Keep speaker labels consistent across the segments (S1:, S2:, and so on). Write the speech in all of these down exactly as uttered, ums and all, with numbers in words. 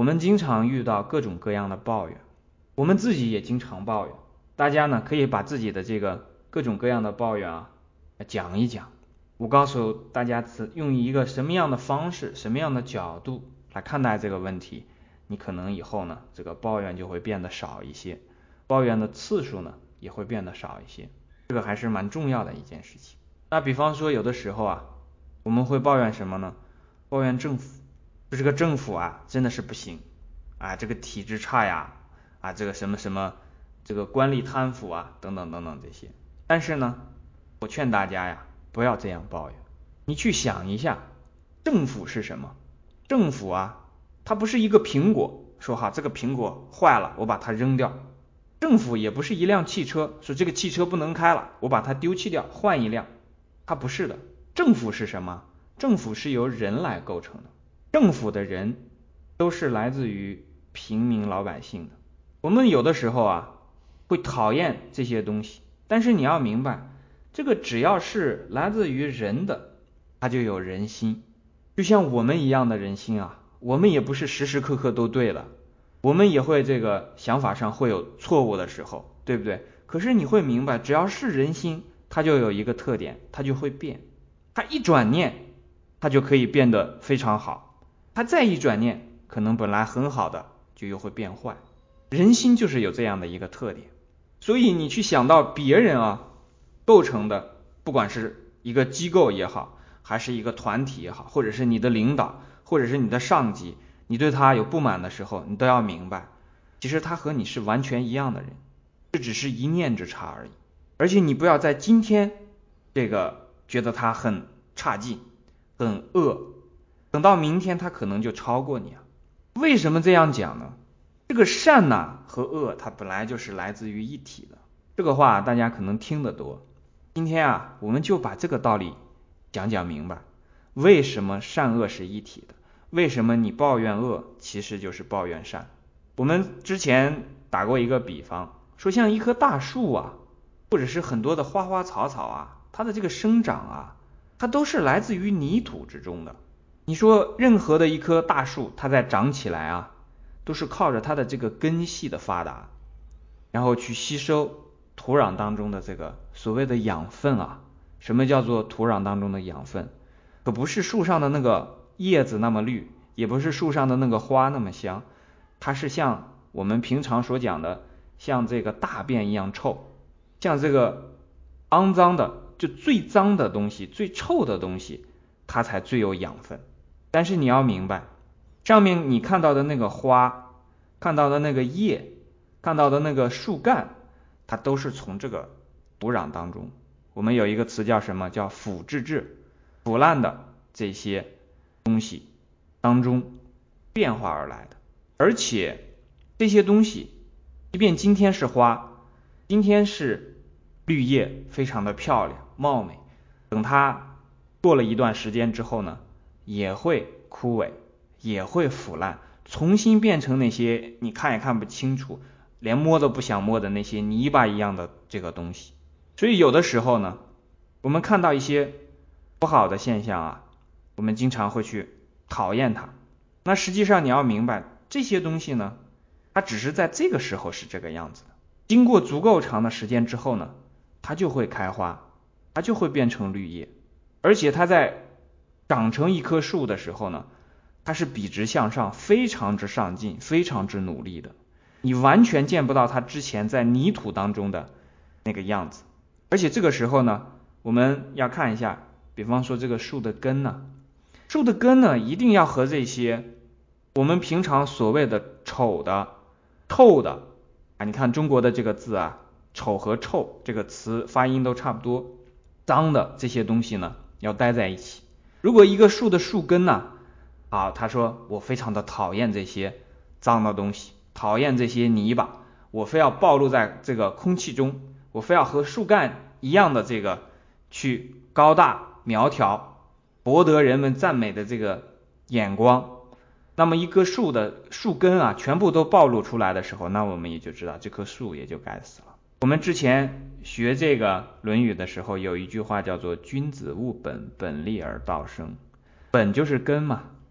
S1: 们经常遇到各种各样的抱怨，我们自己也经常抱怨。大家呢可以把自己的这个各种各样的抱怨啊讲一讲。我告诉大家，用一个什么样的方式、什么样的角度来看待这个问题，你可能以后呢这个抱怨就会变得少一些，抱怨的次数呢也会变得少一些。这个还是蛮重要的一件事情。那比方说有的时候啊，我们会抱怨什么呢？抱怨政府，就这个政府啊真的是不行啊，这个体制差呀，啊这个什么什么这个官吏贪腐啊等等等等这些。但是呢，我劝大家呀不要这样抱怨。你去想一下，政府是什么？政府啊，它不是一个苹果，说哈这个苹果坏了我把它扔掉。政府也不是一辆汽车，说这个汽车不能开了我把它丢弃掉换一辆，它不是的。政府是什么？政府是由人来构成的，政府的人都是来自于平民老百姓的。我们有的时候啊会讨厌这些东西，但是你要明白，这个只要是来自于人的，它就有人心。就像我们一样的人心啊，我们也不是时时刻刻都对的，我们也会这个想法上会有错误的时候，对不对？可是你会明白，只要是人心，它就有一个特点，它就会变。它一转念，它就可以变得非常好，它再一转念，可能本来很好的就又会变坏。人心就是有这样的一个特点。所以你去想到别人啊构成的，不管是一个机构也好，还是一个团体也好，或者是你的领导，或者是你的上级，你对他有不满的时候，你都要明白，其实他和你是完全一样的人，这只是一念之差而已。而且你不要在今天这个觉得他很差劲很恶，等到明天他可能就超过你啊。为什么这样讲呢？这个善呐、啊、和恶它本来就是来自于一体的，这个话大家可能听得多。今天啊我们就把这个道理讲讲明白，为什么善恶是一体的，为什么你抱怨恶其实就是抱怨善。我们之前打过一个比方，说像一棵大树啊，或者是很多的花花草草啊，它的这个生长啊，它都是来自于泥土之中的。你说任何的一棵大树它在长起来啊，都是靠着它的这个根系的发达，然后去吸收土壤当中的这个所谓的养分啊。什么叫做土壤当中的养分？可不是树上的那个叶子那么绿，也不是树上的那个花那么香，它是像我们平常所讲的，像这个大便一样臭，像这个肮脏的，就最脏的东西，最臭的东西，它才最有养分。但是你要明白，上面你看到的那个花，看到的那个叶，看到的那个树干，它都是从这个土壤当中，我们有一个词叫什么？叫腐殖质，腐烂的这些东西当中变化而来的。而且这些东西，即便今天是花，今天是绿叶，非常的漂亮茂美，等它过了一段时间之后呢，也会枯萎，也会腐烂，重新变成那些你看也看不清楚，连摸都不想摸的那些泥巴一样的这个东西。所以有的时候呢，我们看到一些不好的现象啊，我们经常会去讨厌它。那实际上你要明白，这些东西呢，它只是在这个时候是这个样子的，经过足够长的时间之后呢，它就会开花，它就会变成绿叶。而且它在长成一棵树的时候呢，它是笔直向上，非常之上进，非常之努力的，你完全见不到它之前在泥土当中的那个样子。而且这个时候呢，我们要看一下，比方说这个树的根呢，树的根呢一定要和这些我们平常所谓的丑的、臭的啊，你看中国的这个字啊，丑和臭这个词发音都差不多，脏的这些东西呢要待在一起。如果一个树的树根呢，啊，他说我非常的讨厌这些脏的东西，讨厌这些泥巴，我非要暴露在这个空气中，我非要和树干一样的这个去高大苗条，博得人们赞美的这个眼光。那么一棵树的树根啊全部都暴露出来的时候，那我们也就知道这棵树也就该死了。我们之前学这个论语的时候，有一句话叫做君子务本，本立而道生。本就是根嘛，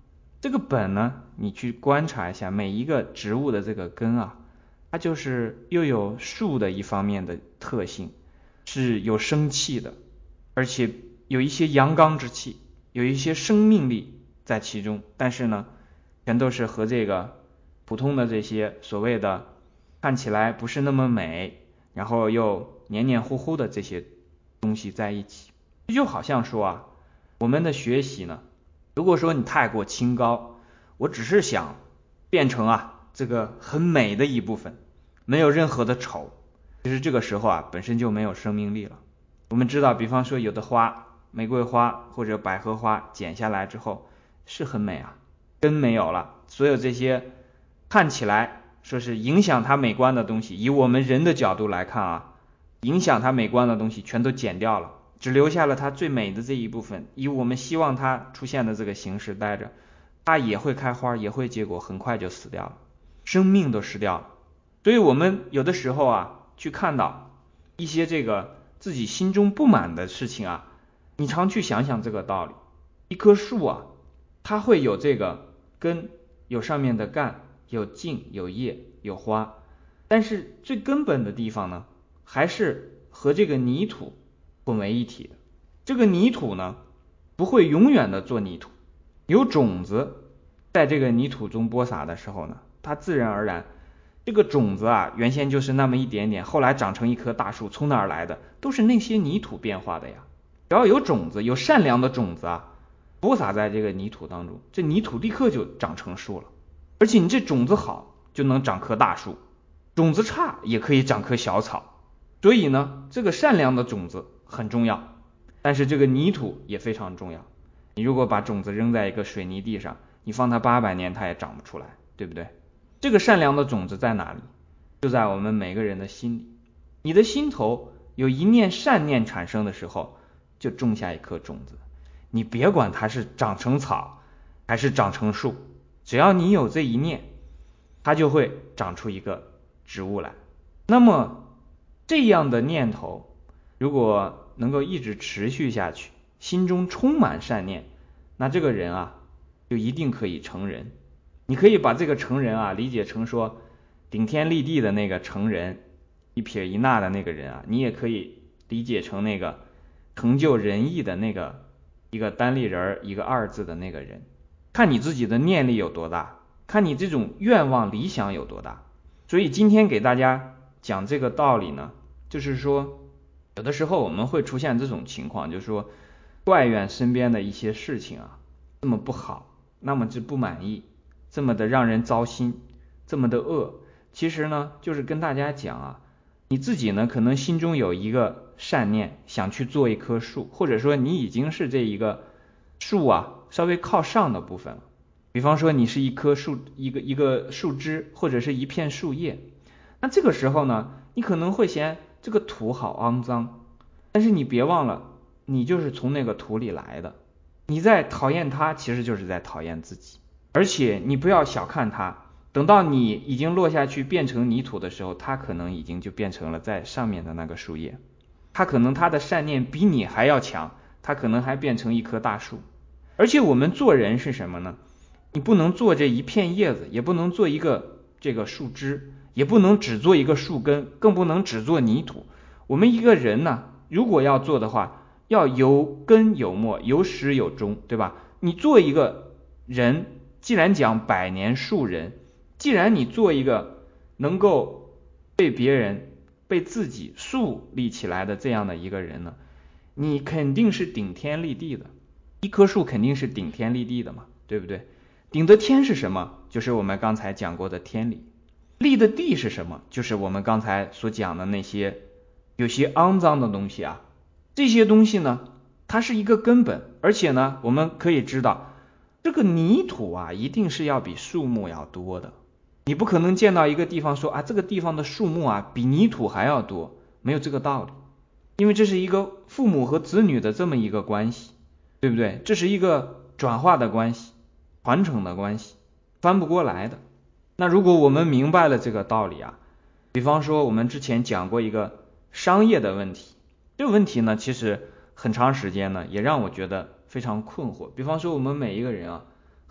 S1: 这个本呢，你去观察一下每一个植物的这个根啊，它就是又有树的一方面的特性，是有生气的，而且有一些阳刚之气，有一些生命力在其中，但是呢，全都是和这个普通的这些所谓的看起来不是那么美，然后又黏黏糊糊的这些东西在一起。这就好像说啊，我们的学习呢，如果说你太过清高，我只是想变成啊这个很美的一部分，没有任何的丑，其实这个时候啊本身就没有生命力了。我们知道，比方说有的花，玫瑰花或者百合花剪下来之后是很美啊，根没有了，所有这些看起来说是影响它美观的东西，以我们人的角度来看啊，影响它美观的东西全都剪掉了，只留下了它最美的这一部分，以我们希望它出现的这个形式待着，它也会开花，也会结果，很快就死掉了，生命都失掉了。所以我们有的时候啊，去看到一些这个自己心中不满的事情啊，你常去想想这个道理。一棵树啊，它会有这个根，有上面的干，有茎，有叶，有花，但是最根本的地方呢，还是和这个泥土混为一体的。这个泥土呢，不会永远的做泥土，有种子在这个泥土中播撒的时候呢，它自然而然，这个种子啊，原先就是那么一点点，后来长成一棵大树，从哪儿来的？都是那些泥土变化的呀。只要有种子，有善良的种子啊，播撒在这个泥土当中，这泥土立刻就长成树了。而且你这种子好，就能长棵大树，种子差也可以长棵小草。所以呢，这个善良的种子很重要，但是这个泥土也非常重要。你如果把种子扔在一个水泥地上，你放它八百年它也长不出来，对不对？这个善良的种子在哪里？就在我们每个人的心里。你的心头有一念善念产生的时候，就种下一颗种子。你别管它是长成草还是长成树，只要你有这一念，它就会长出一个植物来。那么这样的念头如果能够一直持续下去，心中充满善念，那这个人啊就一定可以成人。你可以把这个成人啊理解成说顶天立地的那个成人，一撇一捺的那个人啊，你也可以理解成那个成就仁义的那个一个单立人一个二字的那个人。看你自己的念力有多大，看你这种愿望理想有多大。所以今天给大家讲这个道理呢，就是说有的时候我们会出现这种情况，就是说怪怨身边的一些事情啊这么不好，那么就不满意，这么的让人糟心，这么的恶。其实呢就是跟大家讲啊，你自己呢可能心中有一个善念，想去做一棵树，或者说你已经是这一个树啊稍微靠上的部分了。比方说你是一棵树，一个一个树枝，或者是一片树叶，那这个时候呢你可能会嫌这个土好肮脏，但是你别忘了你就是从那个土里来的，你在讨厌它其实就是在讨厌自己。而且你不要小看它，等到你已经落下去变成泥土的时候，它可能已经就变成了在上面的那个树叶，它可能它的善念比你还要强，它可能还变成一棵大树。而且我们做人是什么呢？你不能做这一片叶子，也不能做一个这个树枝，也不能只做一个树根，更不能只做泥土。我们一个人呢，如果要做的话，要有根有末，有始有终，对吧？你做一个人，既然讲百年树人，既然你做一个能够被别人被自己树立起来的这样的一个人呢，你肯定是顶天立地的。一棵树肯定是顶天立地的嘛，对不对？顶的天是什么？就是我们刚才讲过的天理。立的地是什么？就是我们刚才所讲的那些有些肮脏的东西啊。这些东西呢，它是一个根本，而且呢，我们可以知道，这个泥土啊，一定是要比树木要多的。你不可能见到一个地方说啊，这个地方的树木啊，比泥土还要多，没有这个道理。因为这是一个父母和子女的这么一个关系，对不对？这是一个转化的关系，传承的关系，翻不过来的。那如果我们明白了这个道理啊，比方说我们之前讲过一个商业的问题，这个问题呢，其实很长时间呢也让我觉得非常困惑。比方说我们每一个人啊，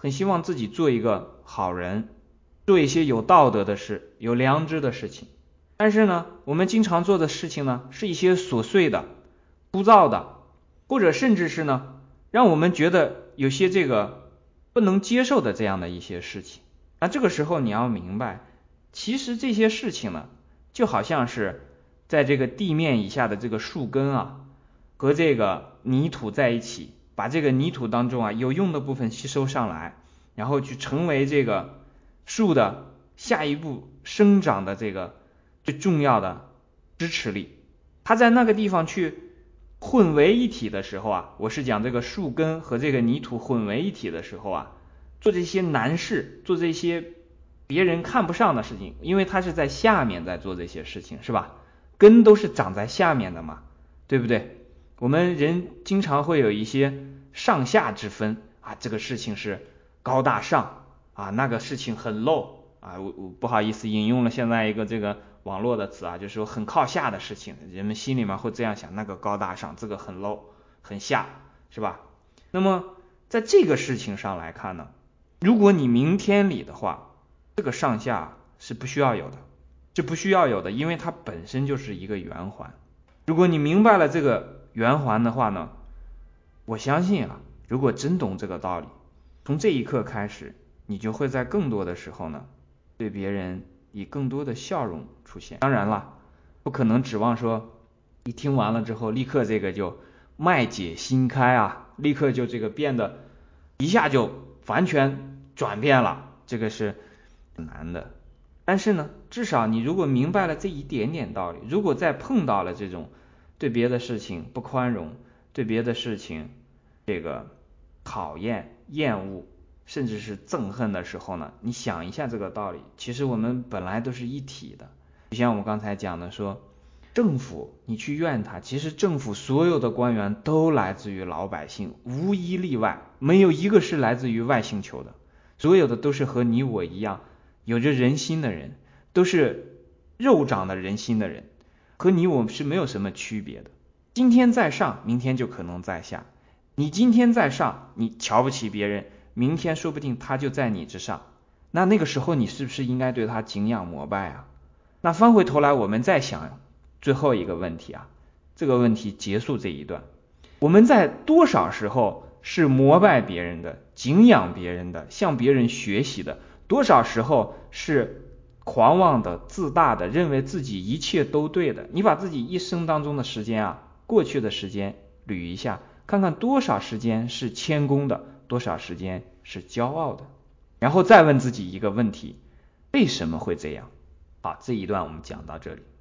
S1: 很希望自己做一个好人，做一些有道德的事，有良知的事情。但是呢，我们经常做的事情呢，是一些琐碎的、枯燥的，或者甚至是呢，让我们觉得有些这个不能接受的这样的一些事情。那这个时候你要明白，其实这些事情呢，就好像是在这个地面以下的这个树根啊，和这个泥土在一起，把这个泥土当中啊有用的部分吸收上来，然后去成为这个树的下一步生长的这个最重要的支持力。它在那个地方去混为一体的时候啊，我是讲这个树根和这个泥土混为一体的时候啊，做这些难事，做这些别人看不上的事情，因为它是在下面在做这些事情，是吧？根都是长在下面的嘛，对不对？我们人经常会有一些上下之分啊，这个事情是高大上啊，那个事情很 low 啊，我我不好意思引用了现在一个这个网络的词啊，就是说很靠下的事情，人们心里面会这样想，那个高大上，这个很 low 很下，是吧？那么在这个事情上来看呢，如果你明天理的话，这个上下是不需要有的，是不需要有的，因为它本身就是一个圆环。如果你明白了这个圆环的话呢，我相信啊，如果真懂这个道理，从这一刻开始，你就会在更多的时候呢，对别人以更多的笑容出现。当然了，不可能指望说一听完了之后立刻这个就脉解心开啊，立刻就这个变得一下就完全转变了，这个是很难的。但是呢，至少你如果明白了这一点点道理，如果再碰到了这种对别的事情不宽容，对别的事情这个讨厌、厌恶，甚至是憎恨的时候呢，你想一下这个道理，其实我们本来都是一体的。就像我们刚才讲的说，政府你去怨它，其实政府所有的官员都来自于老百姓，无一例外，没有一个是来自于外星球的，所有的都是和你我一样有着人心的人，都是肉长的人心的人，和你我是没有什么区别的。今天在上，明天就可能在下。你今天在上，你瞧不起别人，明天说不定他就在你之上。那那个时候你是不是应该对他敬仰膜拜啊？那翻回头来，我们再想最后一个问题啊，这个问题结束这一段，我们在多少时候是膜拜别人的、敬仰别人的、向别人学习的？多少时候是狂妄的、自大的，认为自己一切都对的？你把自己一生当中的时间啊，过去的时间捋一下，看看多少时间是谦恭的，多少时间是骄傲的，然后再问自己一个问题，为什么会这样？好，这一段我们讲到这里。